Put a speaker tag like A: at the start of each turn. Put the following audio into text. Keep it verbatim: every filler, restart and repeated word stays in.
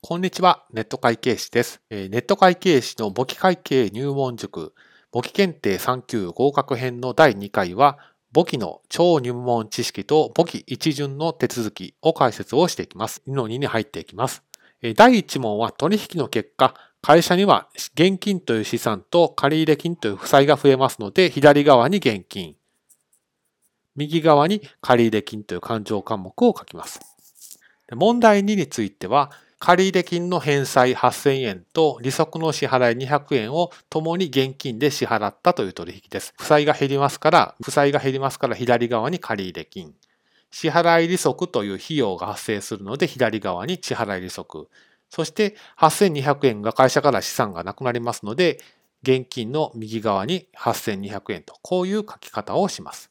A: こんにちは、ネット会計士です。ネット会計士の簿記会計入門塾、簿記検定さん級合格編のだいにかいは、簿記の超入門知識と簿記一巡の手続きを解説をしていきます。のにに入っていきます。だいいち問は取引の結果、会社には現金という資産と借入金という負債が増えますので、左側に現金、右側に借入金という勘定科目を書きます。問題にについては、借入金の返済はっせんえんと利息の支払いにひゃくえんをともに現金で支払ったという取引です。負債が減りますから、負債が減りますから左側に借入金。支払い利息という費用が発生するので左側に支払い利息。そしてはっせんにひゃくえんが会社から資産がなくなりますので、現金の右側にはっせんにひゃくえんと、こういう書き方をします。